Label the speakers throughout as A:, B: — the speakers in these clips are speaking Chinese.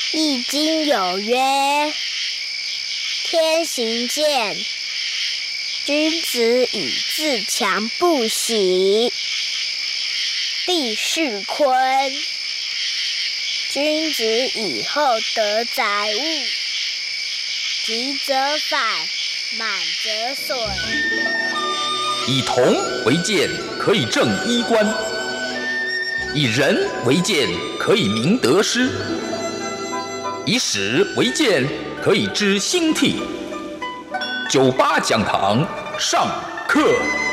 A: 易经有曰：天行健，君子以自强不息；地势坤，君子以厚德载物。急则反，满则损。
B: 以铜为鉴，可以正衣冠；以人为鉴，可以明得失；以史为鉴，可以知兴替。98讲堂上课。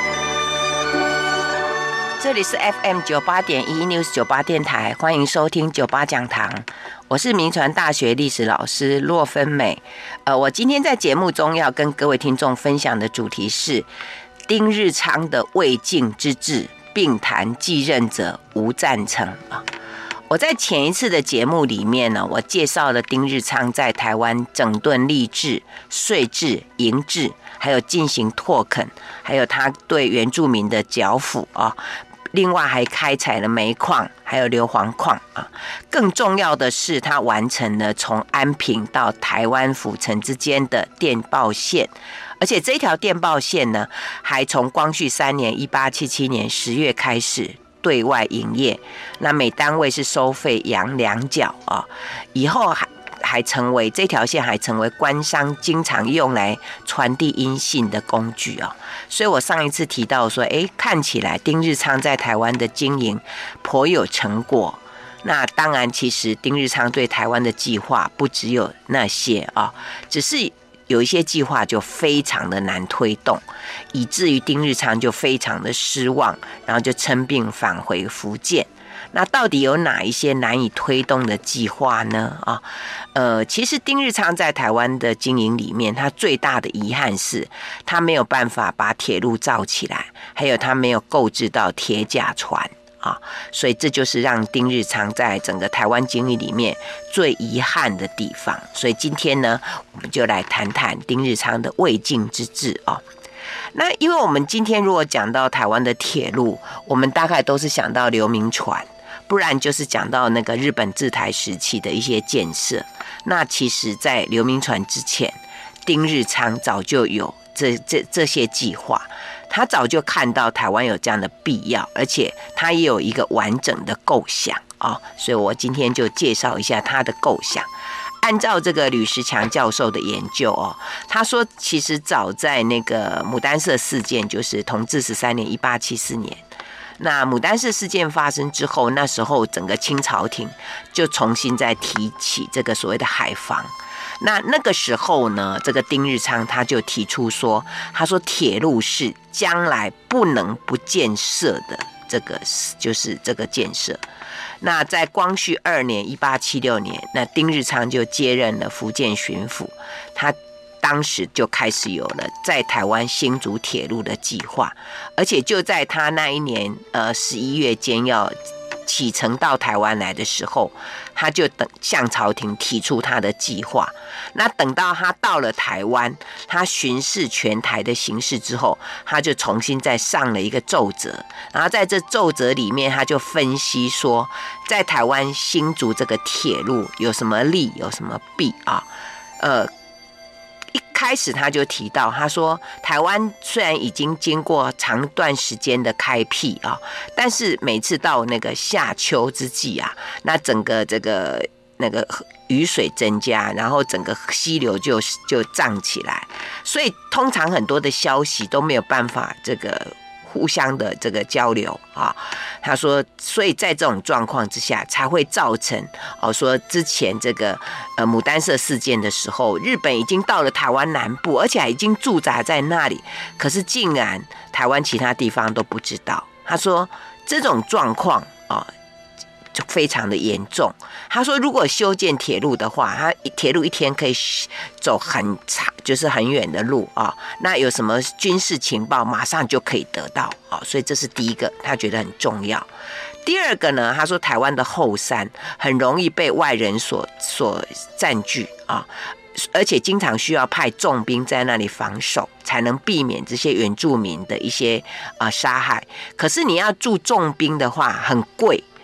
C: 这里是 FM 98.1 News 98电台，欢迎收听98讲堂。我是铭传大学历史老师骆芬美。我今天在节目中要跟各位听众分享的主题是丁日昌的未竟之志，并谈继任者吴赞成啊。我在前一次的节目里面呢，我介绍了丁日昌在台湾整顿吏治、税制、营治，还有进行拓垦，还有他对原住民的剿抚啊。另外还开采了煤矿，还有硫磺矿啊。更重要的是，他完成了从安平到台湾府城之间的电报线，而且这条电报线呢，还从光绪3年1877年10月开始对外营业。那每单位是收费洋2角啊。以后还成为这条线还成为官商经常用来传递音信的工具啊。所以我上一次提到说，看起来丁日昌在台湾的经营颇有成果。那当然，其实丁日昌对台湾的计划不只有那些啊，只是有一些计划就非常的难推动，以至于丁日昌就非常的失望，然后就称病返回福建。那到底有哪一些难以推动的计划呢？其实丁日昌在台湾的经营里面，他最大的遗憾是，他没有办法把铁路造起来，还有他没有购置到铁甲船啊，所以这就是让丁日昌在整个台湾经营里面最遗憾的地方。所以今天呢，我们就来谈谈丁日昌的未竟之志啊。那因为我们今天如果讲到台湾的铁路，我们大概都是想到刘铭传，不然就是讲到那个日本治台时期的一些建设。那其实在刘铭传之前，丁日昌早就有这些计划，他早就看到台湾有这样的必要，而且他也有一个完整的构想啊。所以我今天就介绍一下他的构想。按照这个吕石强教授的研究哦，他说其实早在那个牡丹社事件，就是同治13年1874年，那牡丹社事件发生之后，那时候整个清朝廷就重新再提起这个所谓的海防。那个时候呢，这个丁日昌他就提出说，他说铁路是将来不能不建设的，这个就是这个建设。那在光绪2年1876年，那丁日昌就接任了福建巡抚，他当时就开始有了在台湾新竹铁路的计划，而且就在他那一年11月间要启程到台湾来的时候，他就向朝廷提出他的计划。那等到他到了台湾，他巡视全台的形势之后，他就重新再上了一个奏折，然后在这奏折里面，他就分析说，在台湾新竹这个铁路有什么利，有什么弊啊？一开始他就提到，他说台湾虽然已经经过长段时间的开辟啊，但是每次到那个夏秋之际啊，那整个那个雨水增加，然后整个溪流就涨起来，所以通常很多的消息都没有办法这个互相的这个交流啊。他说，所以在这种状况之下，才会造成说之前这个牡丹社事件的时候，日本已经到了台湾南部，而且还已经驻扎在那里，可是竟然台湾其他地方都不知道。他说这种状况就非常的严重。他说，如果修建铁路的话，他铁路一天可以走很长，就是很远的路啊。那有什么军事情报，马上就可以得到啊。所以这是第一个，他觉得很重要。第二个呢，他说台湾的后山很容易被外人所占据啊。而且经常需要派重兵在那里防守，才能避免这些原住民的一些杀害。可是你要驻重兵的话很贵，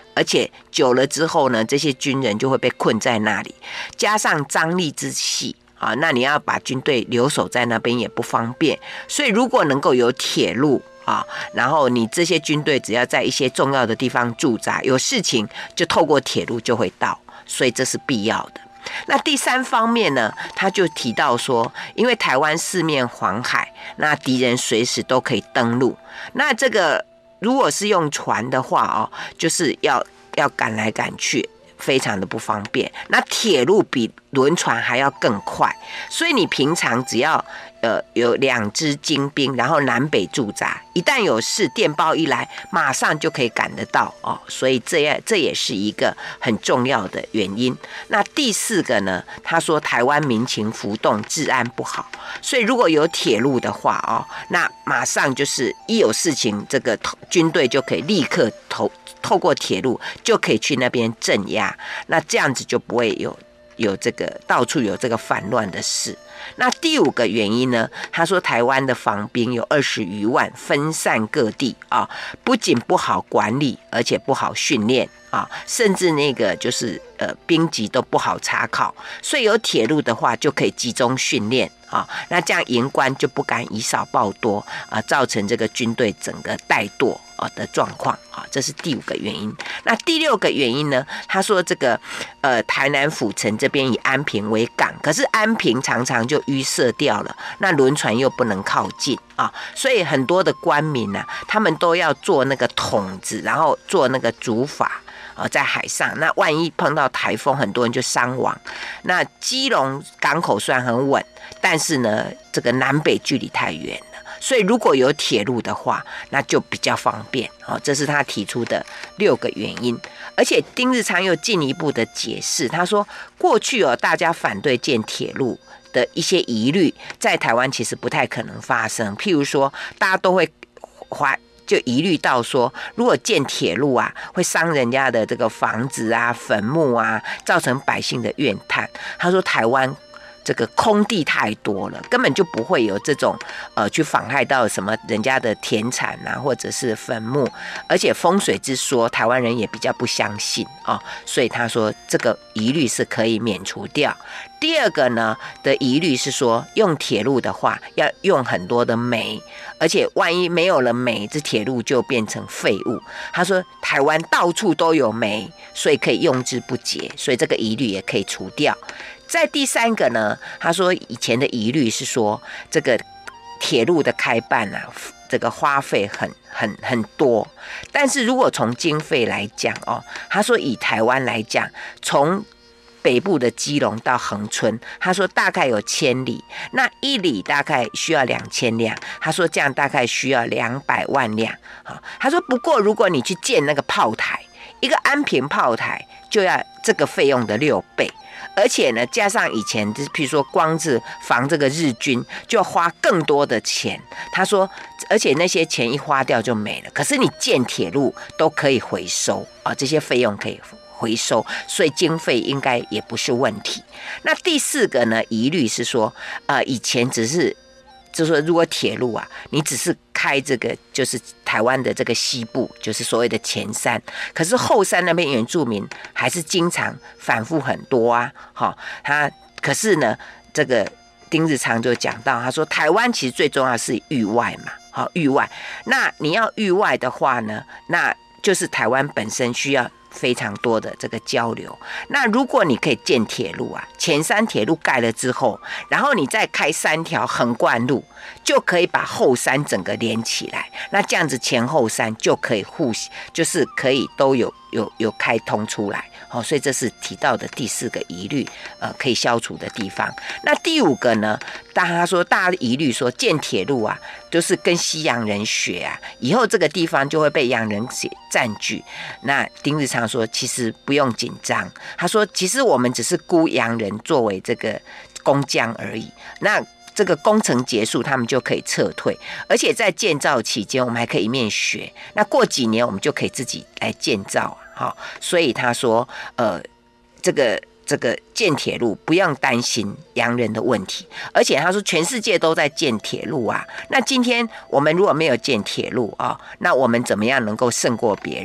C: 而且久了之后呢，这些军人就会被困在那里，加上张力之细啊，那你要把军队留守在那边也不方便，所以如果能够有铁路啊，然后你这些军队只要在一些重要的地方驻扎，有事情就透过铁路就会到，所以这是必要的。那第三方面呢，他就提到说，因为台湾四面环海，那敌人随时都可以登陆，那这个如果是用船的话哦，就是要赶来赶去，非常的不方便。那铁路比轮船还要更快，所以你平常只要有2支精兵，然后南北驻扎，一旦有事，电报一来，马上就可以赶得到哦。所以这也是一个很重要的原因。那第4个呢，他说台湾民情浮动，治安不好，所以如果有铁路的话哦，那马上就是一有事情，这个军队就可以立刻透过铁路就可以去那边镇压，那这样子就不会有这个到处有这个反乱的事。那第5个原因呢，他说台湾的防兵有20余万，分散各地啊，不仅不好管理，而且不好训练啊，甚至那个就是兵籍都不好查考，所以有铁路的话就可以集中训练啊，那这样营官就不敢以少报多啊，造成这个军队整个怠惰的状况啊，这是第5个原因。那第6个原因呢，他说这个台南府城这边以安平为港，可是安平常常就淤塞掉了，那轮船又不能靠近啊，所以很多的官民啊，他们都要做那个筒子，然后做那个竹筏在海上，那万一碰到台风，很多人就伤亡。那基隆港口虽然很稳，但是呢，这个南北距离太远了，所以如果有铁路的话，那就比较方便。这是他提出的6个原因。而且丁日昌又进一步的解释，他说过去大家反对建铁路的一些疑虑，在台湾其实不太可能发生。譬如说，大家都会就疑虑到说，如果建铁路啊，会伤人家的这个房子啊、坟墓啊，造成百姓的怨叹。他说台湾这个空地太多了，根本就不会有这种去妨害到什么人家的田产啊，或者是坟墓，而且风水之说，台湾人也比较不相信所以他说这个疑虑是可以免除掉。第2个呢的疑虑是说，用铁路的话要用很多的煤，而且万一没有了煤，这铁路就变成废物。他说台湾到处都有煤，所以可以用之不竭，所以这个疑虑也可以除掉。在第3个呢，他说以前的疑虑是说，这个铁路的开办啊，这个花费很多，但是如果从经费来讲他说以台湾来讲，从北部的基隆到恒春，他说大概有1000里，那1里大概需要2000辆，他说这样大概需要200万辆。他说不过如果你去建那个炮台，一个安平炮台就要这个费用的6倍。而且呢，加上以前譬如说光是防这个日军就要花更多的钱。他说，而且那些钱一花掉就没了。可是你建铁路都可以回收这些费用可以回收，所以经费应该也不是问题。那第4个呢，疑虑是说，以前就是说，如果铁路啊，你只是开这个就是台湾的这个西部，就是所谓的前山，可是后山那边原住民还是经常反复很多啊。可是呢，这个丁日昌就讲到，他说台湾其实最重要是域外嘛，域外。那你要域外的话呢，那就是台湾本身需要非常多的这个交流。那如果你可以建铁路啊，前山铁路盖了之后，然后你再开3条横贯路，就可以把后山整个连起来。那这样子前后山就可以就是可以都有开通出来。所以这是提到的第4个疑虑，可以消除的地方。那第5个呢，他说大家疑虑说建铁路啊，就是跟西洋人学啊，以后这个地方就会被洋人占据。那丁日昌说其实不用紧张，他说其实我们只是雇洋人作为这个工匠而已。那这个工程结束，他们就可以撤退，而且在建造期间，我们还可以一面学。那过几年，我们就可以自己来建造。所以他说，这个建铁路不用担心洋人的问题，而且他说全世界都在建铁路啊。那今天我们如果没有建铁路那我们怎么样能够胜过别人？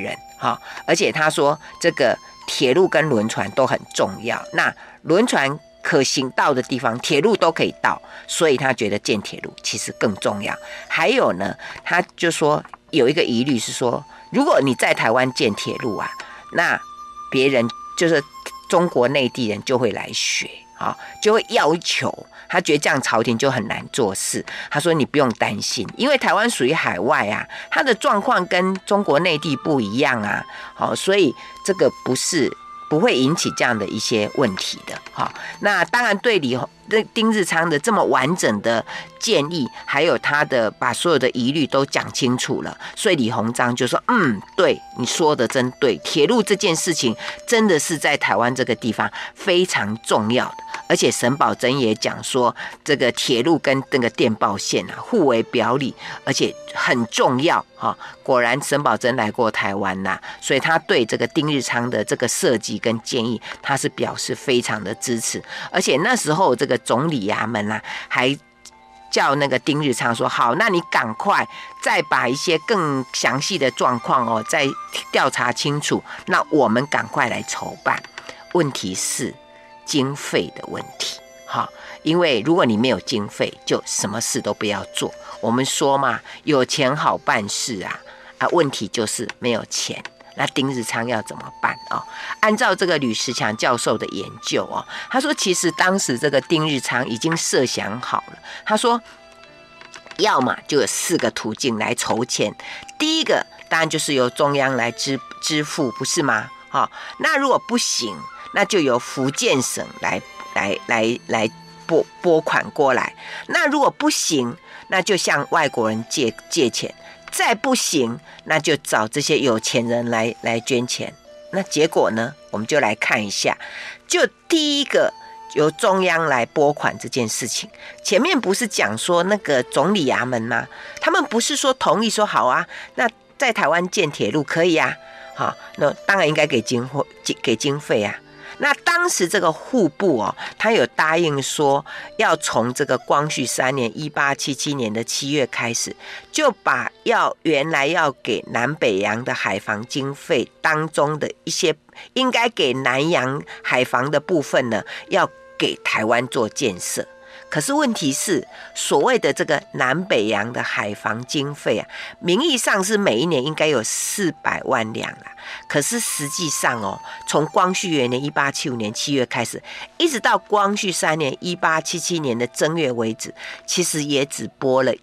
C: 而且他说这个铁路跟轮船都很重要，那轮船可行到的地方，铁路都可以到，所以他觉得建铁路其实更重要。还有呢，他就说有一个疑虑是说，如果你在台湾建铁路啊，那别人就是中国内地人就会来学，就会要求。他觉得这样朝廷就很难做事。他说你不用担心，因为台湾属于海外啊，它的状况跟中国内地不一样啊，所以这个不会引起这样的一些问题的。那当然对丁日昌的这么完整的建议，还有他的把所有的疑虑都讲清楚了，所以李鸿章就说对，你说的真对，铁路这件事情真的是在台湾这个地方非常重要的。而且沈葆桢也讲说，这个铁路跟那个电报线互为表里，而且很重要。果然沈葆桢来过台湾所以他对这个丁日昌的这个设计跟建议，他是表示非常的支持。而且那时候这个总理衙门还叫那个丁日昌说，好，那你赶快再把一些更详细的状况再调查清楚，那我们赶快来筹办。问题是经费的问题，因为如果你没有经费，就什么事都不要做。我们说嘛，有钱好办事啊，问题就是没有钱。那丁日昌要怎么办按照这个吕石强教授的研究他说其实当时这个丁日昌已经设想好了，他说要么就有4个途径来筹钱。第一个当然就是由中央来支付，不是吗？那如果不行，那就由福建省来拨款过来。那如果不行，那就向外国人借钱。再不行，那就找这些有钱人来捐钱。那结果呢？我们就来看一下。就第一个由中央来拨款这件事情，前面不是讲说那个总理衙门吗？他们不是说同意说好啊，那在台湾建铁路可以啊，那当然应该给经费啊。那当时这个户部他有答应说，要从这个光绪3年1877年的7月开始，就把原来要给南北洋的海防经费当中的一些应该给南洋海防的部分呢，要给台湾做建设。可是问题是，所谓的这个南北洋的海防经费名义上是每一年应该有400万两啦，可是实际上从光绪元年1875年7月开始，一直到光绪3年1877年的正月为止，其实也只拨了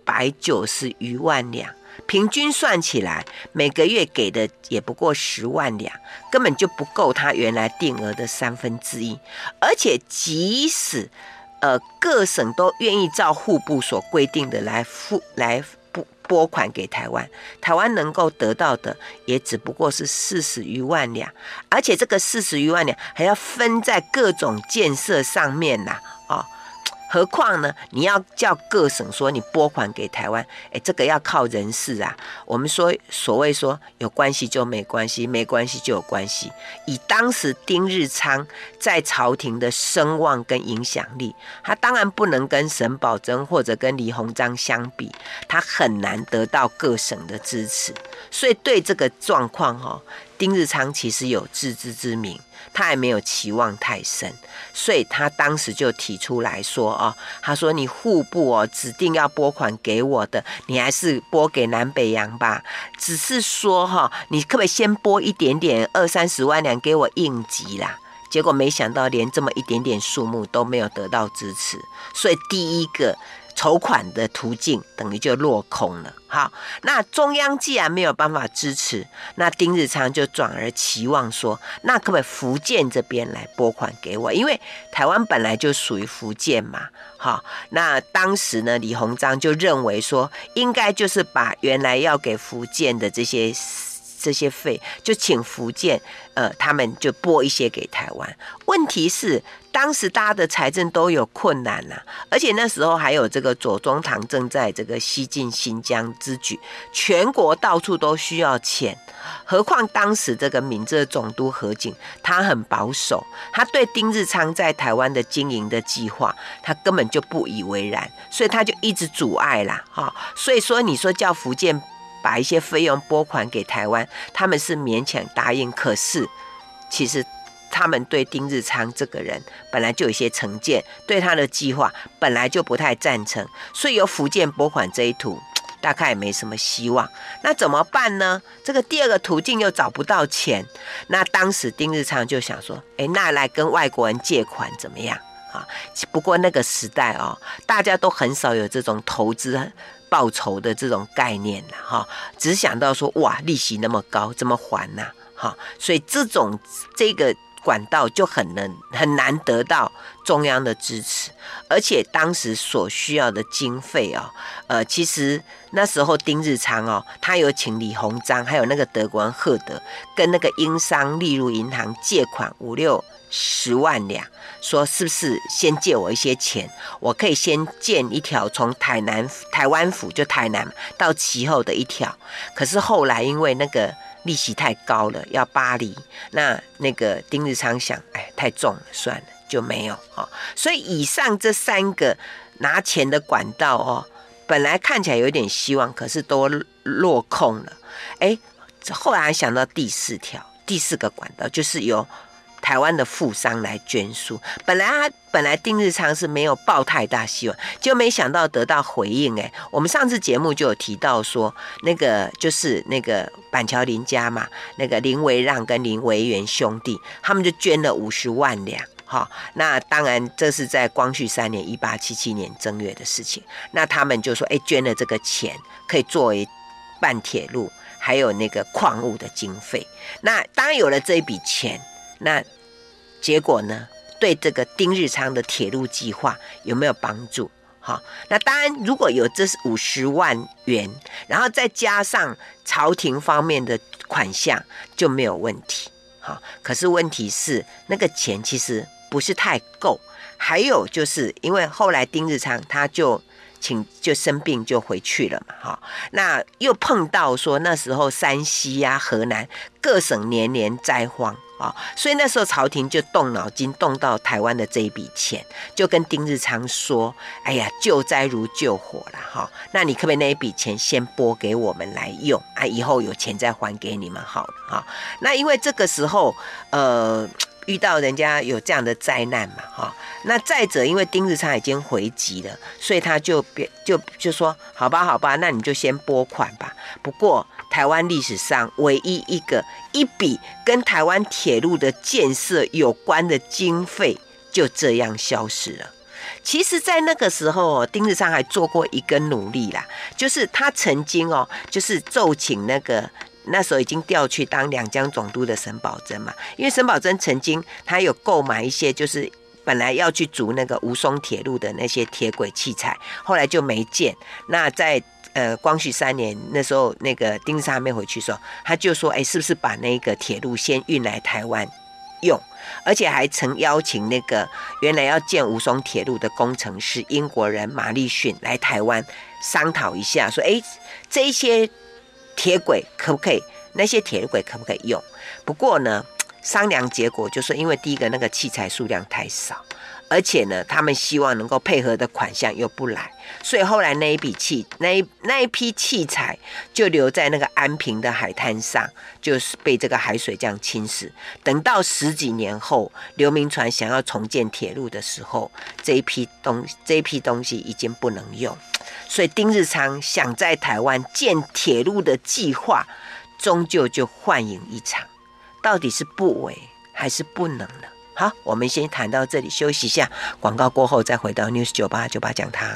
C: 190余万两，平均算起来每个月给的也不过10万两，根本就不够他原来定额的1/3。而且即使各省都愿意照户部所规定的来拨款给台湾，台湾能够得到的也只不过是40余万两，而且这个40余万两还要分在各种建设上面何况呢，你要叫各省说你拨款给台湾，这个要靠人事啊。我们说所谓说有关系就没关系，没关系就有关系。以当时丁日昌在朝廷的声望跟影响力，他当然不能跟沈葆桢或者跟李鸿章相比，他很难得到各省的支持。所以对这个状况丁日昌其实有自知之明，他还没有期望太深，所以他当时就提出来说他说你户部指定要拨款给我的，你还是拨给南北洋吧，只是说你可不可以先拨一点点20-30万两给我应急啦。结果没想到连这么一点点数目都没有得到支持，所以第一个筹款的途径等于就落空了。好，那中央既然没有办法支持，那丁日昌就转而期望说，那可不可以福建这边来拨款给我？因为台湾本来就属于福建嘛。好，那当时呢，李鸿章就认为说，应该就是把原来要给福建的这些费，就请福建他们就拨一些给台湾。问题是当时大家的财政都有困难而且那时候还有这个左宗棠正在这个西进新疆之举，全国到处都需要钱。何况当时这个闽浙总督何景他很保守，他对丁日昌在台湾的经营的计划他根本就不以为然，所以他就一直阻碍啦。所以说你说叫福建把一些费用拨款给台湾，他们是勉强答应，可是其实他们对丁日昌这个人本来就有一些成见，对他的计划本来就不太赞成，所以由福建拨款这一途大概也没什么希望。那怎么办呢？这个第二个途径又找不到钱，那当时丁日昌就想说，那来跟外国人借款怎么样啊？不过那个时代哦，大家都很少有这种投资报酬的这种概念啦，哈，只想到说哇，利息那么高，怎么还呢？哈，所以这个管道就很难得到中央的支持，而且当时所需要的经费哦，其实那时候丁日昌哦，他有请李鸿章还有那个德国人赫德跟那个英商利入银行借款50-60万两，说是不是先借我一些钱，我可以先建一条从台湾府就台南到其后的一条，可是后来因为那个利息太高了，要8厘，那个丁日昌想，太重了，算了，就没有哦。所以以上这3个拿钱的管道哦，本来看起来有点希望，可是都落空了。后来想到第4个管道，就是由台湾的富商来捐书。本来丁日昌是没有抱太大希望，就没想到得到回应。我们上次节目就有提到说，那个就是那个板桥林家嘛，那个林维让跟林维元兄弟，他们就捐了50万两。那当然这是在光绪3年1877年正月的事情。那他们就说，捐了这个钱可以作为办铁路还有那个矿物的经费。那当然有了这一笔钱，那结果呢，对这个丁日昌的铁路计划有没有帮助？那当然如果有这50万元，然后再加上朝廷方面的款项就没有问题。可是问题是那个钱其实不是太够，还有就是因为后来丁日昌他就生病就回去了嘛，那又碰到说那时候山西啊、河南各省年年灾荒所以那时候朝廷就动脑筋，动到台湾的这一笔钱，就跟丁日昌说，救灾如救火啦，那你可不可以那一笔钱先拨给我们来用以后有钱再还给你们好了那因为这个时候遇到人家有这样的灾难嘛，那再者因为丁日昌已经回籍了，所以他就说好吧，那你就先拨款吧。不过台湾历史上唯一一笔跟台湾铁路的建设有关的经费就这样消失了。其实在那个时候丁日昌还做过一个努力啦，就是他曾经就是奏请那时候已经调去当两江总督的沈葆桢嘛，因为沈葆桢曾经他有购买一些就是本来要去筑那个吴淞铁路的那些铁轨器材，后来就没建。那在光绪3年那时候，那个丁日昌还没回去的时候，他就说，是不是把那个铁路先运来台湾用？而且还曾邀请那个原来要建吴淞铁路的工程师英国人马立逊来台湾商讨一下，说，这一些铁轨可不可以？那些铁轨可不可以用？不过呢，商量结果就是因为第一个那个器材数量太少，而且呢，他们希望能够配合的款项又不来，所以后来那一批器材就留在那个安平的海滩上，就是被这个海水这样侵蚀。等到10几年后，刘铭传想要重建铁路的时候，这一批东西已经不能用，所以丁日昌想在台湾建铁路的计划，终究就幻影一场。到底是不为还是不能呢？好，我们先谈到这里，休息一下，广告过后再回到 News 98讲堂。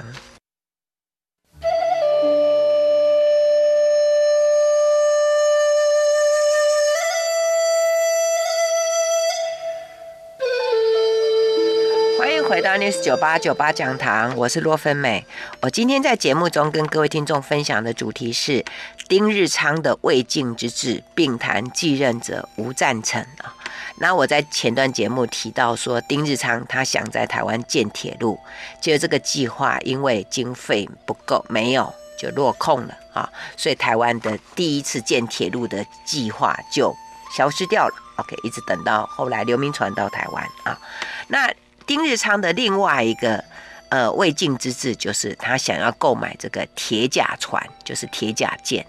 C: 欢迎回到 News 98讲堂，我是骆芬美。我今天在节目中跟各位听众分享的主题是丁日昌的未竟之志，并谈继任者吴赞成那我在前段节目提到说，丁日昌他想在台湾建铁路，结果这个计划因为经费不够，没有就落空了所以台湾的第一次建铁路的计划就消失掉了。OK， 一直等到后来刘铭传到台湾那丁日昌的另外一个未竟之志，就是他想要购买这个铁甲船，就是铁甲舰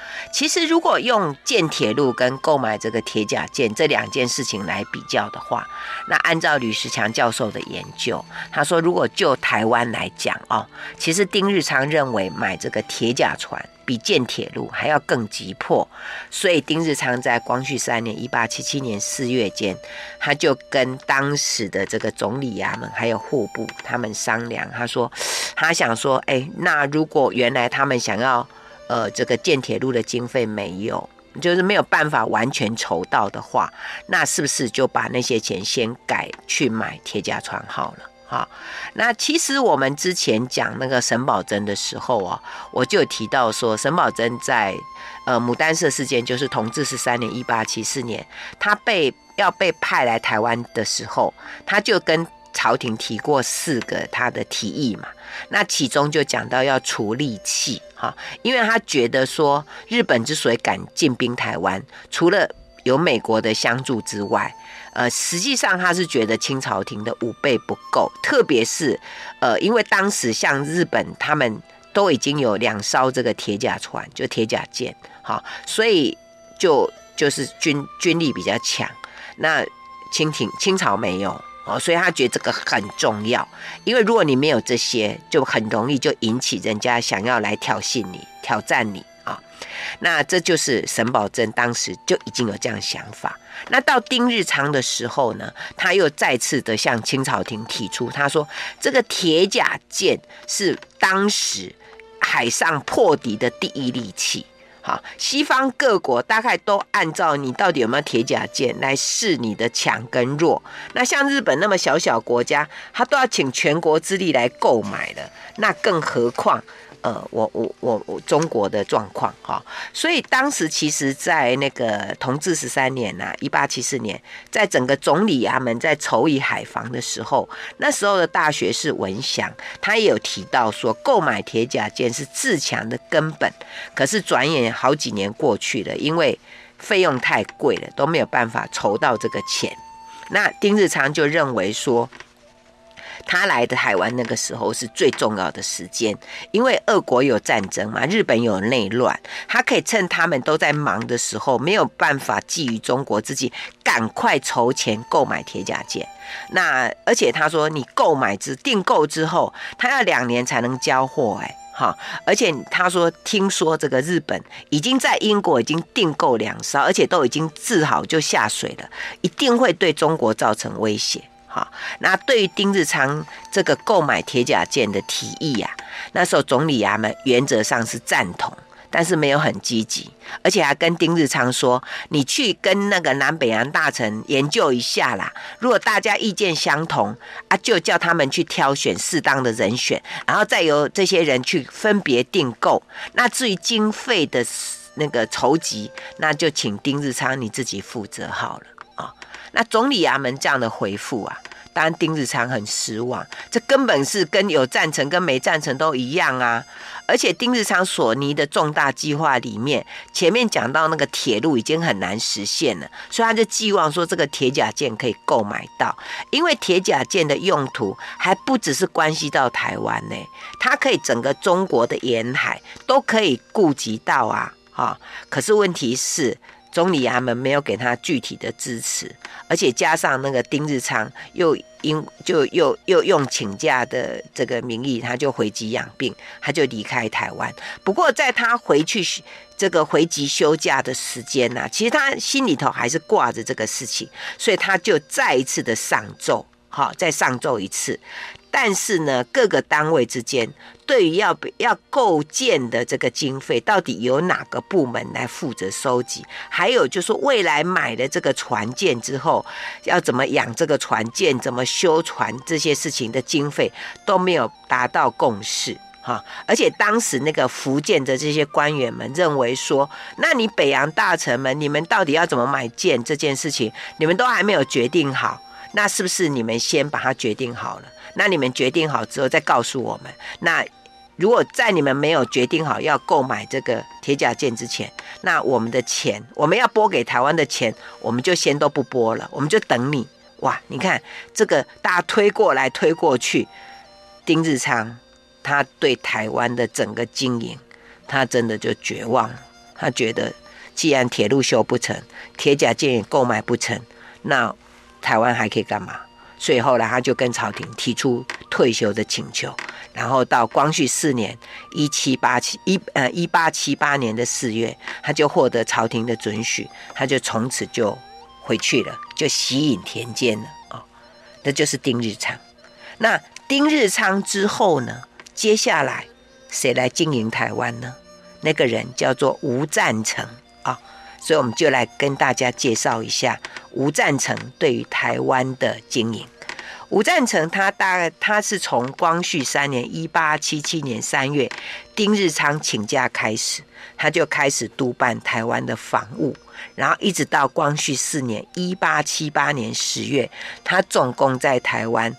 C: 其实如果用建铁路跟购买这个铁甲舰这两件事情来比较的话，那按照吕石强教授的研究，他说如果就台湾来讲其实丁日昌认为买这个铁甲船比建铁路还要更急迫，所以丁日昌在光绪3年1877年4月间，他就跟当时的这个总理衙门还有户部他们商量，他想说，那如果原来他们想要这个建铁路的经费没有，就是没有办法完全筹到的话，那是不是就把那些钱先改去买铁甲船号了？好，那其实我们之前讲那个沈葆桢的时候我就有提到说，沈葆桢在牡丹社事件，就是同治13年1874年，他要被派来台湾的时候，他就跟朝廷提过4个他的提议嘛。那其中就讲到要除利器因为他觉得说日本之所以敢进兵台湾，除了有美国的相助之外，实际上他是觉得清朝廷的武备不够，特别是因为当时像日本他们都已经有2艘这个铁甲船，就铁甲舰，所以就是军力比较强。那清朝没有所以他觉得这个很重要，因为如果你没有这些，就很容易就引起人家想要来挑衅你、挑战你那这就是沈葆桢当时就已经有这样想法。那到丁日昌的时候呢，他又再次的向清朝廷提出，他说这个铁甲舰是当时海上破敌的第一利器。西方各国大概都按照你到底有没有铁甲舰来试你的强跟弱。那像日本那么小国家，他都要请全国之力来购买了，那更何况我中国的状况所以当时其实在那个同治13年1874年，在整个总理衙门在筹议海防的时候，那时候的大学士文祥他也有提到说，购买铁甲舰是自强的根本。可是转眼好几年过去了，因为费用太贵了，都没有办法筹到这个钱。那丁日昌就认为说，他来的台湾那个时候是最重要的时间，因为俄国有战争嘛，日本有内乱，他可以趁他们都在忙的时候，没有办法觊觎中国之际，赶快筹钱购买铁甲舰。那而且他说，你订购之后，他要2年才能交货而且他说，听说这个日本已经在英国已经订购2艘，而且都已经治好就下水了，一定会对中国造成威胁。那对于丁日昌这个购买铁甲舰的提议那时候总理衙门原则上是赞同，但是没有很积极，而且还跟丁日昌说，你去跟那个南北洋大臣研究一下啦，如果大家意见相同就叫他们去挑选适当的人选，然后再由这些人去分别订购。那至于经费的那个筹集，那就请丁日昌你自己负责好了那总理衙门这样的回复当然丁日昌很失望，这根本是跟有赞成跟没赞成都一样而且丁日昌所拟的重大计划里面，前面讲到那个铁路已经很难实现了，所以他就寄望说这个铁甲舰可以购买到，因为铁甲舰的用途还不只是关系到台湾呢，它可以整个中国的沿海都可以顾及到可是问题是总理衙门没有给他具体的支持，而且加上那个丁日昌又用请假的这个名义，他就回籍养病，他就离开台湾。不过在他回籍休假的时间其实他心里头还是挂着这个事情，所以他就再一次的上奏，再上奏一次。但是呢，各个单位之间对于要构建的这个经费，到底由哪个部门来负责收集？还有就是未来买了这个船舰之后，要怎么养这个船舰，怎么修船，这些事情的经费都没有达到共识。而且当时那个福建的这些官员们认为说，那你北洋大臣们，你们到底要怎么买舰这件事情，你们都还没有决定好，那是不是你们先把它决定好了？那你们决定好之后再告诉我们。那如果在你们没有决定好要购买这个铁甲舰之前，那我们的钱，我们要拨给台湾的钱，我们就先都不拨了，我们就等你。哇，你看这个大家推过来推过去，丁日昌他对台湾的整个经营，他真的就绝望了。 他觉得既然铁路修不成，铁甲舰也购买不成，那台湾还可以干嘛？所以后来他就跟朝廷提出退休的请求，然后到光绪4年1878年的4月，他就获得朝廷的准许，他就从此就回去了，就息隐田间了啊。这就是丁日昌。那丁日昌之后呢？接下来谁来经营台湾呢？那个人叫做吴赞成啊。所以我们就来跟大家介绍一下吴赞成对于台湾的经营。吴赞成他是从光绪3年1877年3月丁日昌请假开始，他就开始督办台湾的防务，然后一直到光绪4年1878年10月，他总共在台湾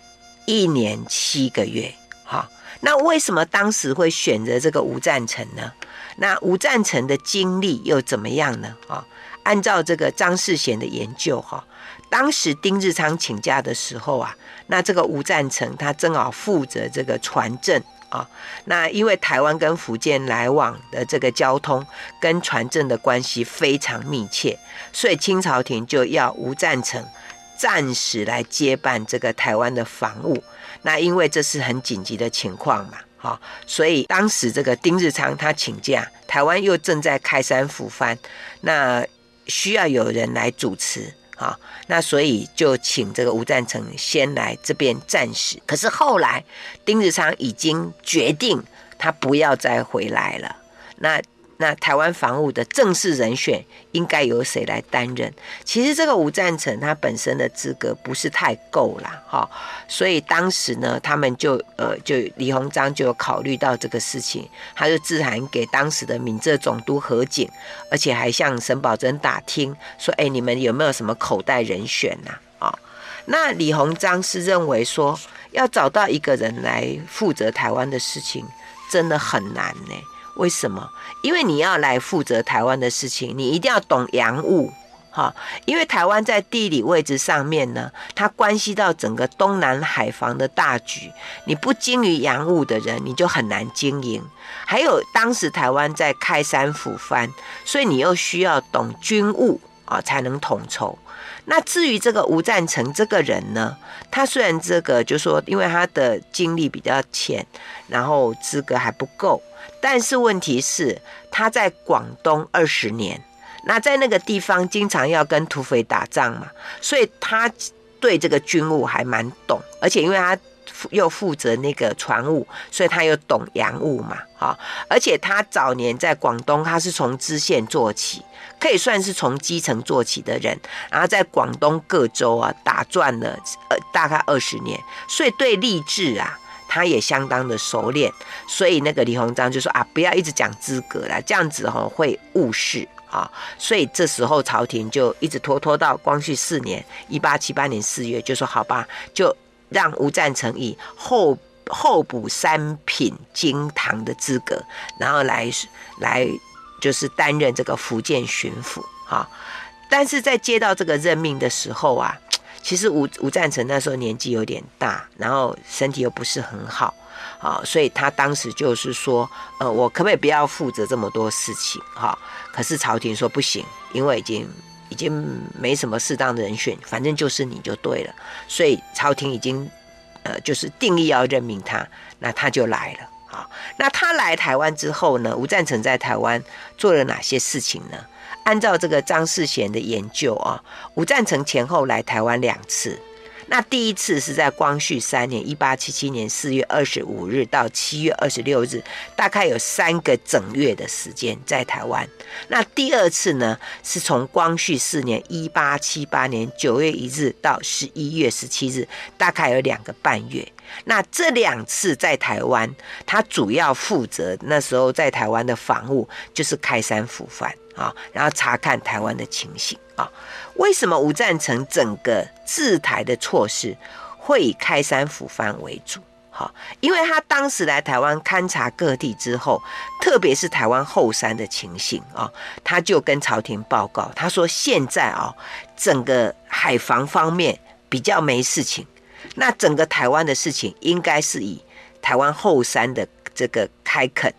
C: 1年7个月。好，那为什么当时会选择这个吴赞成呢？那吴赞成的经历又怎么样呢？按照这个张世贤的研究，当时丁日昌请假的时候啊，那这个吴赞成他正好负责这个船政啊。那因为台湾跟福建来往的这个交通跟船政的关系非常密切，所以清朝廷就要吴赞成暂时来接办这个台湾的防务。那因为这是很紧急的情况嘛。所以当时这个丁日昌他请假，台湾又正在开山抚番，那需要有人来主持，那所以就请这个吴赞成先来这边暂时。可是后来丁日昌已经决定他不要再回来了，那台湾防务的正式人选应该由谁来担任？其实这个吴赞成他本身的资格不是太够啦，所以当时呢，他们就李鸿章就有考虑到这个事情，他就致函给当时的闽浙总督何景，而且还向沈葆桢打听说，你们有没有什么口袋人选啊？那李鸿章是认为说，要找到一个人来负责台湾的事情，真的很难呢。为什么？因为你要来负责台湾的事情，你一定要懂洋务，因为台湾在地理位置上面呢，它关系到整个东南海防的大局，你不精于洋务的人，你就很难经营。还有当时台湾在开山抚番，所以你又需要懂军务才能统筹。那至于这个吴赞成这个人呢，他虽然这个就说因为他的经历比较浅，然后资格还不够，但是问题是他在广东20年，那在那个地方经常要跟土匪打仗嘛，所以他对这个军务还蛮懂，而且因为他又负责那个船务，所以他又懂洋务嘛，而且他早年在广东，他是从知县做起，可以算是从基层做起的人，然后在广东各州打转了大概20年，所以对吏治他也相当的熟练，所以那个李鸿章就说不要一直讲资格啦，这样子会误事所以这时候朝廷就一直拖到光绪4年1878年4月，就说好吧，就让吴赞成以候补3品京堂的资格，然后来就是担任这个福建巡抚但是在接到这个任命的时候其实吴赞成那时候年纪有点大，然后身体又不是很好所以他当时就是说我可不可以不要负责这么多事情可是朝廷说不行，因为已经没什么适当的人选，反正就是你就对了，所以朝廷已经就是定义要任命他，那他就来了那他来台湾之后呢，吴赞成在台湾做了哪些事情呢？按照这个张世贤的研究吴赞成前后来台湾2次。那第一次是在光绪3年1877年4月25日到7月26日，大概有3个整月的时间在台湾。那第二次呢，是从光绪4年1878年9月1日到11月17日，大概有2个半月。那这2次在台湾，他主要负责那时候在台湾的防务，就是开山抚番然后查看台湾的情形为什么吴赞成整个治台的措施会以开山抚番为主？因为他当时来台湾勘察各地之后，特别是台湾后山的情形他就跟朝廷报告，他说现在整个海防方面比较没事情，那整个台湾的事情应该是以台湾后山的这个开垦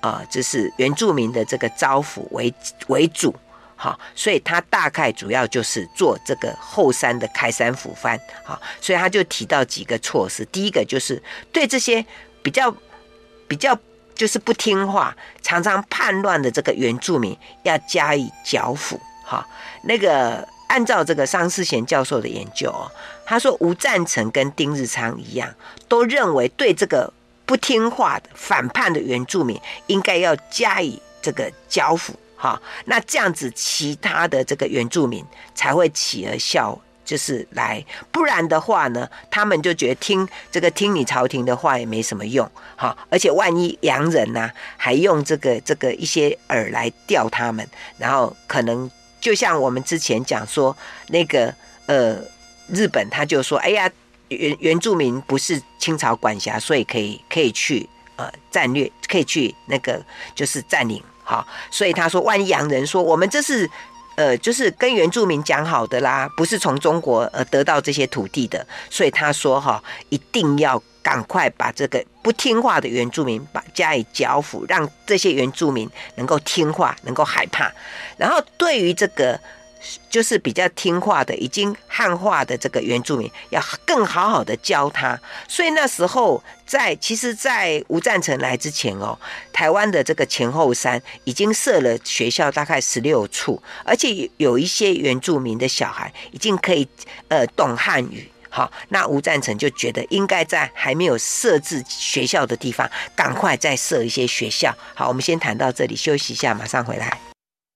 C: 就是原住民的这个招抚为主。好，所以他大概主要就是做这个后山的开山抚番。好，所以他就提到几个措施。第一个就是对这些比较就是不听话、常常叛乱的这个原住民要加以剿抚。好，那个按照这个商世贤教授的研究他说吴赞成跟丁日昌一样，都认为对这个不听话的反叛的原住民应该要加以这个剿抚。好，那这样子其他的这个原住民才会起而效，就是来，不然的话呢，他们就觉得听你朝廷的话也没什么用。好，而且万一洋人还用这个一些饵来钓他们，然后可能就像我们之前讲说那个日本他就说，哎呀，原住民不是清朝管辖，所以可以去战略，可以去那个就是占领。好，所以他说，万一洋人说我们这是就是跟原住民讲好的啦，不是从中国得到这些土地的，所以他说一定要赶快把这个不听话的原住民加以剿抚，让这些原住民能够听话，能够害怕。然后对于这个就是比较听话的、已经汉化的这个原住民，要更好好的教他。所以那时候其实在吴赞成来之前台湾的这个前后山已经设了学校，大概16处，而且有一些原住民的小孩已经可以懂汉语。好，那吴赞成就觉得应该在还没有设置学校的地方，赶快再设一些学校。好，我们先谈到这里，休息一下，马上回来。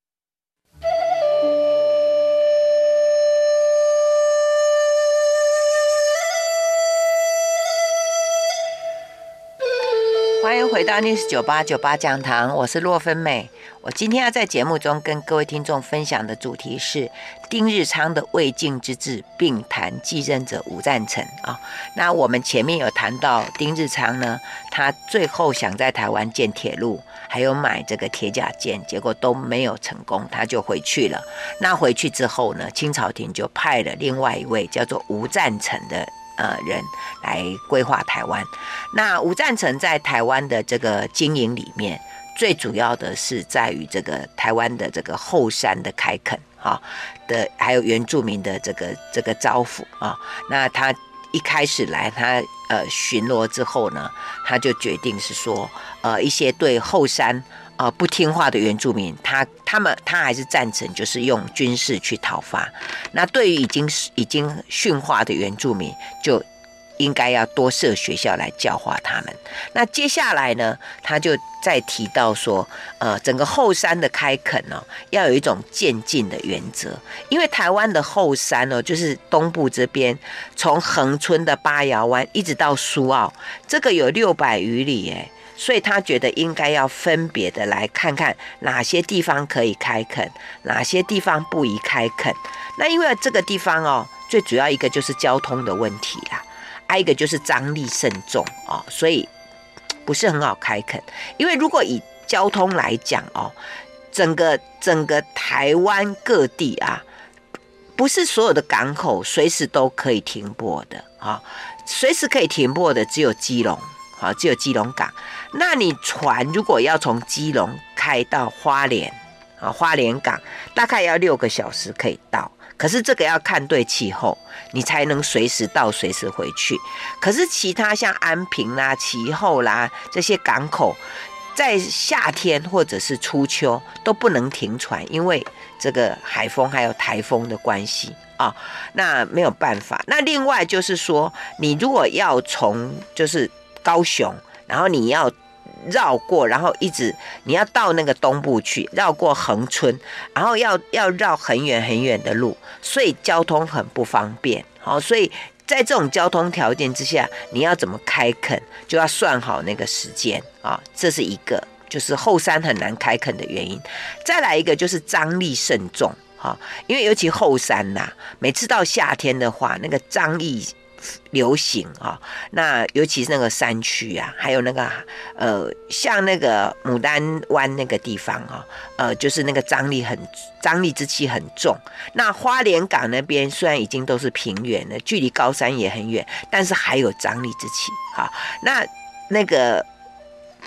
C: 欢迎回到 News 98讲堂，我是洛芬美。我今天要在节目中跟各位听众分享的主题是丁日昌的未竟之志，并谈继任者吴赞成那我们前面有谈到丁日昌呢，他最后想在台湾建铁路，还有买这个铁甲舰，结果都没有成功，他就回去了。那回去之后呢，清朝廷就派了另外一位叫做吴赞成的人来规划台湾。那吴赞成在台湾的这个经营里面，最主要的是在于这个台湾的这个后山的开垦还有原住民的这个招抚那他一开始来他巡逻之后呢，他就决定是说一些对后山不听话的原住民，他还是赞成就是用军事去讨伐。那对于已经驯化的原住民，就应该要多设学校来教化他们。那接下来呢，他就再提到说，整个后山的开垦要有一种渐进的原则，因为台湾的后山就是东部这边，从恒春的八窑湾一直到苏澳，这个有600余里耶。所以他觉得应该要分别的来看看哪些地方可以开垦，哪些地方不宜开垦。那因为这个地方最主要一个就是交通的问题啦，一个就是张力甚重所以不是很好开垦。因为如果以交通来讲整个台湾各地不是所有的港口随时都可以停泊的随时可以停泊的只有基隆。只有基隆港。那你船如果要从基隆开到花莲花莲港，大概要6个小时可以到。可是这个要看对气候，你才能随时到随时回去。可是其他像安平啦、旗后啦这些港口，在夏天或者是初秋都不能停船，因为这个海风还有台风的关系那没有办法。那另外就是说，你如果要从就是高雄，然后你要绕过，然后一直你要到那个东部去，绕过恒春，然后要绕很远很远的路，所以交通很不方便。所以在这种交通条件之下，你要怎么开垦，就要算好那个时间这是一个就是后山很难开垦的原因。再来一个就是张力甚重因为尤其后山每次到夏天的话，那个张力流行那尤其是那个山区还有那个像那个牡丹湾那个地方就是那个张力之气很重。那花莲港那边虽然已经都是平原了，距离高山也很远，但是还有张力之气那个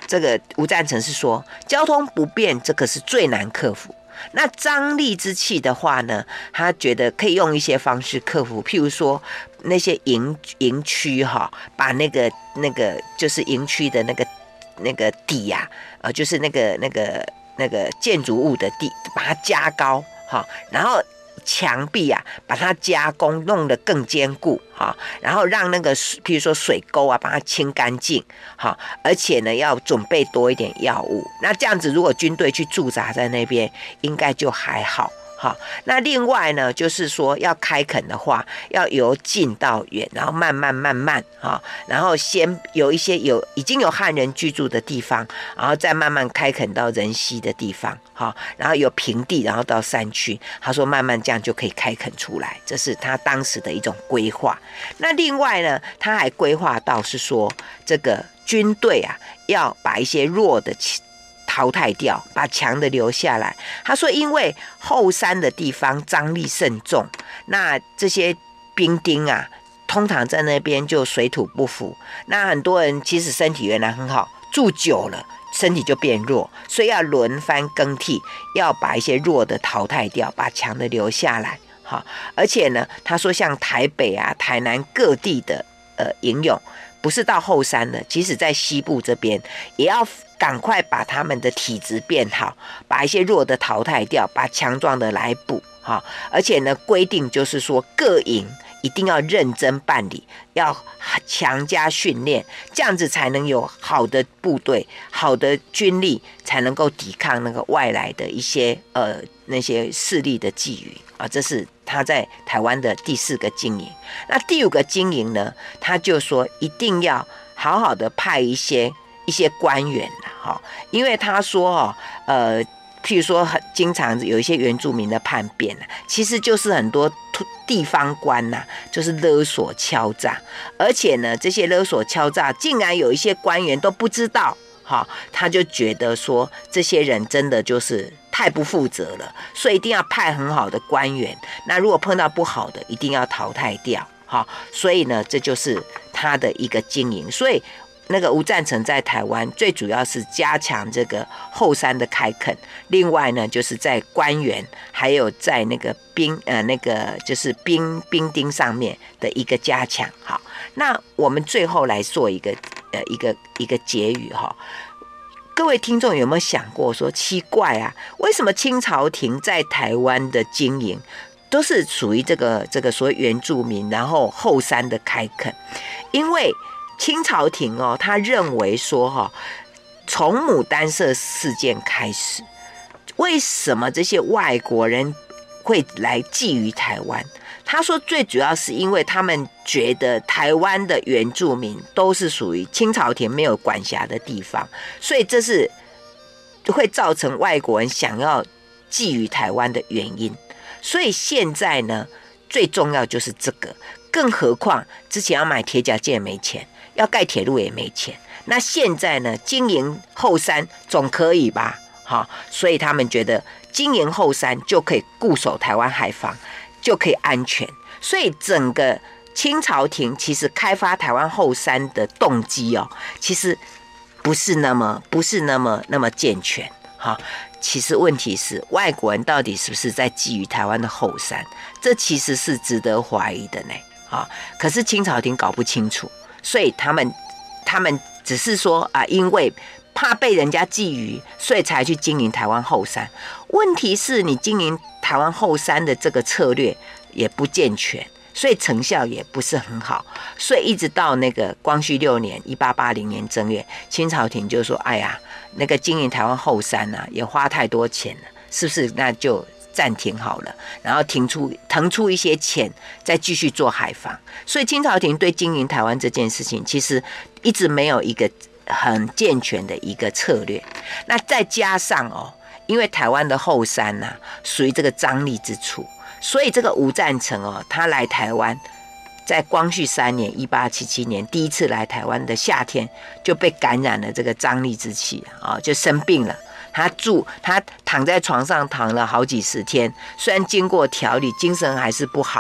C: 这个吴赞成是说，交通不便这个是最难克服。那瘴疠之气的话呢，他觉得可以用一些方式克服，譬如说那些营区把那个就是营区的那个底呀，就是那个建筑物的地，把它加高然后墙壁啊，把它加工弄得更坚固然后让那个譬如说水沟啊，把它清干净而且呢要准备多一点药物。那这样子，如果军队去驻扎在那边，应该就还好。那另外呢，就是说要开垦的话，要由近到远，然后慢慢然后先有一些已经有汉人居住的地方，然后再慢慢开垦到人稀的地方然后有平地，然后到山区。他说慢慢这样就可以开垦出来，这是他当时的一种规划。那另外呢，他还规划到是说，这个军队啊要把一些弱的淘汰掉，把强的留下来。他说因为后山的地方瘴疠甚重，那这些兵丁啊通常在那边就水土不服，那很多人其实身体原来很好，住久了身体就变弱，所以要轮番更替，要把一些弱的淘汰掉，把强的留下来。而且呢，他说像台北啊、台南各地的营勇，不是到后山的，即使在西部这边，也要赶快把他们的体质变好，把一些弱的淘汰掉，把强壮的来补而且呢，规定就是说各营一定要认真办理，要强加训练，这样子才能有好的部队、好的军力，才能够抵抗那个外来的一些那些势力的觊觎这是他在台湾的第4个经营。那第5个经营呢，他就说一定要好好的派一些官员因为他说譬如说经常有一些原住民的叛变其实就是很多地方官就是勒索敲诈，而且呢这些勒索敲诈竟然有一些官员都不知道他就觉得说这些人真的就是太不负责了，所以一定要派很好的官员，那如果碰到不好的一定要淘汰掉所以呢这就是他的一个经营。所以那个吴赞成在台湾最主要是加强这个后山的开垦，另外呢就是在官员还有在那个那个就是兵丁上面的一个加强。好，那我们最后来做一个结语各位听众有没有想过说，奇怪啊，为什么清朝廷在台湾的经营都是属于这个所谓原住民，然后后山的开垦？因为清朝廷他认为说从牡丹社事件开始，为什么这些外国人会来觊觎台湾？他说最主要是因为他们觉得台湾的原住民都是属于清朝廷没有管辖的地方，所以这是会造成外国人想要觊觎台湾的原因。所以现在呢，最重要就是这个，更何况之前要买铁甲舰也没钱，要盖铁路也没钱，那现在呢，经营后山总可以吧？所以他们觉得经营后山就可以固守台湾海防，就可以安全。所以整个清朝廷其实开发台湾后山的动机其实不是那么健全其实问题是外国人到底是不是在觊觎台湾的后山，这其实是值得怀疑的呢可是清朝廷搞不清楚，所以他们只是说因为怕被人家觊觎，所以才去经营台湾后山。问题是你经营台湾后山的这个策略也不健全，所以成效也不是很好。所以一直到那个光绪6年1880年正月，清朝廷就说哎呀，那个经营台湾后山也花太多钱了，是不是那就暂停好了，然后腾出一些钱再继续做海防。所以清朝廷对经营台湾这件事情其实一直没有一个很健全的一个策略。那再加上因为台湾的后山属于这个瘴疠之处，所以这个吴赞成他来台湾，在光绪3年1877年第一次来台湾的夏天就被感染了这个瘴疠之气就生病了。他躺在床上躺了好几10天，虽然经过调理，精神还是不好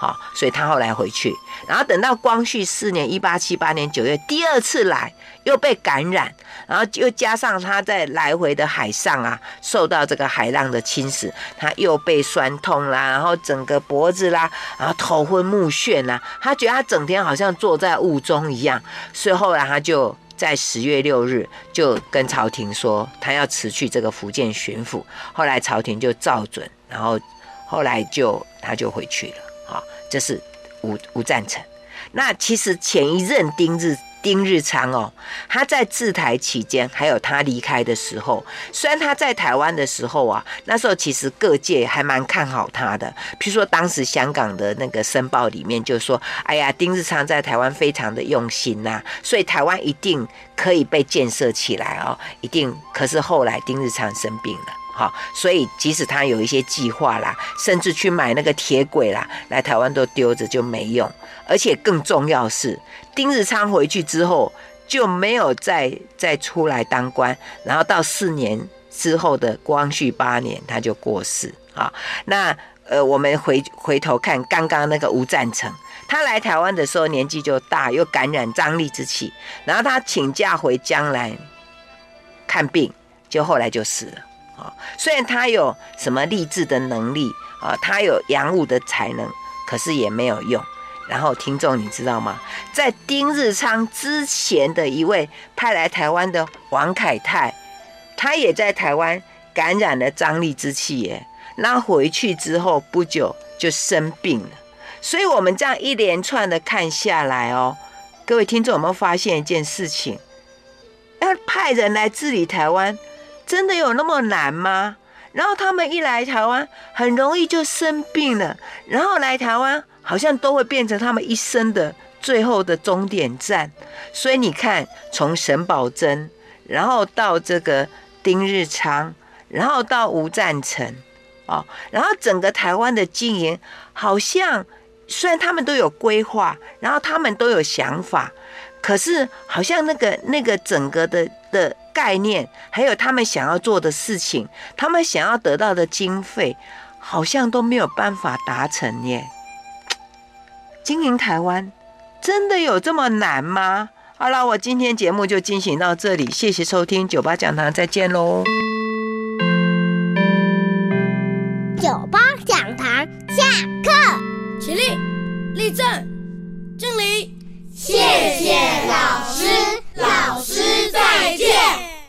C: 好，所以他后来回去，然后等到光绪4年1878年9月第二次来，又被感染，然后又加上他在来回的海上啊，受到这个海浪的侵蚀，他又被酸痛啦，然后整个脖子啦，然后头昏目眩啦，他觉得他整天好像坐在雾中一样，所以后来他就在10月6日就跟朝廷说他要辞去这个福建巡抚，后来朝廷就照准，然后后来他就回去了。好，这是吴赞成。那其实前一任丁日昌哦，他在治台期间，还有他离开的时候，虽然他在台湾的时候啊，那时候其实各界还蛮看好他的。譬如说，当时香港的那个《申报》里面就说：“哎呀，丁日昌在台湾非常的用心呐，所以台湾一定可以被建设起来哦，一定。”可是后来丁日昌生病了。好，所以即使他有一些计划啦，甚至去买那个铁轨啦，来台湾都丢着就没用。而且更重要是，丁日昌回去之后就没有再出来当官，然后到4年之后的光绪8年他就过世啊。那我们回头看刚刚那个吴赞成，他来台湾的时候年纪就大，又感染瘴疠之气，然后他请假回江南看病，就后来就死了。虽然他有什么励志的能力啊，他有洋务的才能，可是也没有用。然后听众你知道吗？在丁日昌之前的一位派来台湾的王凯泰，他也在台湾感染了瘴疠之气耶。那回去之后不久就生病了。所以我们这样一连串的看下来哦，各位听众有没有发现一件事情？要派人来治理台湾，真的有那么难吗？然后他们一来台湾，很容易就生病了，然后来台湾好像都会变成他们一生的最后的终点站。所以你看，从沈葆桢，然后到这个丁日昌，然后到吴赞成，然后整个台湾的经营，好像虽然他们都有规划，然后他们都有想法，可是好像那个整个的概念，还有他们想要做的事情，他们想要得到的经费，好像都没有办法达成耶。经营台湾真的有这么难吗？好了，我今天节目就进行到这里，谢谢收听98讲堂，再见喽。
A: 98讲堂下课，
D: 起立，立正。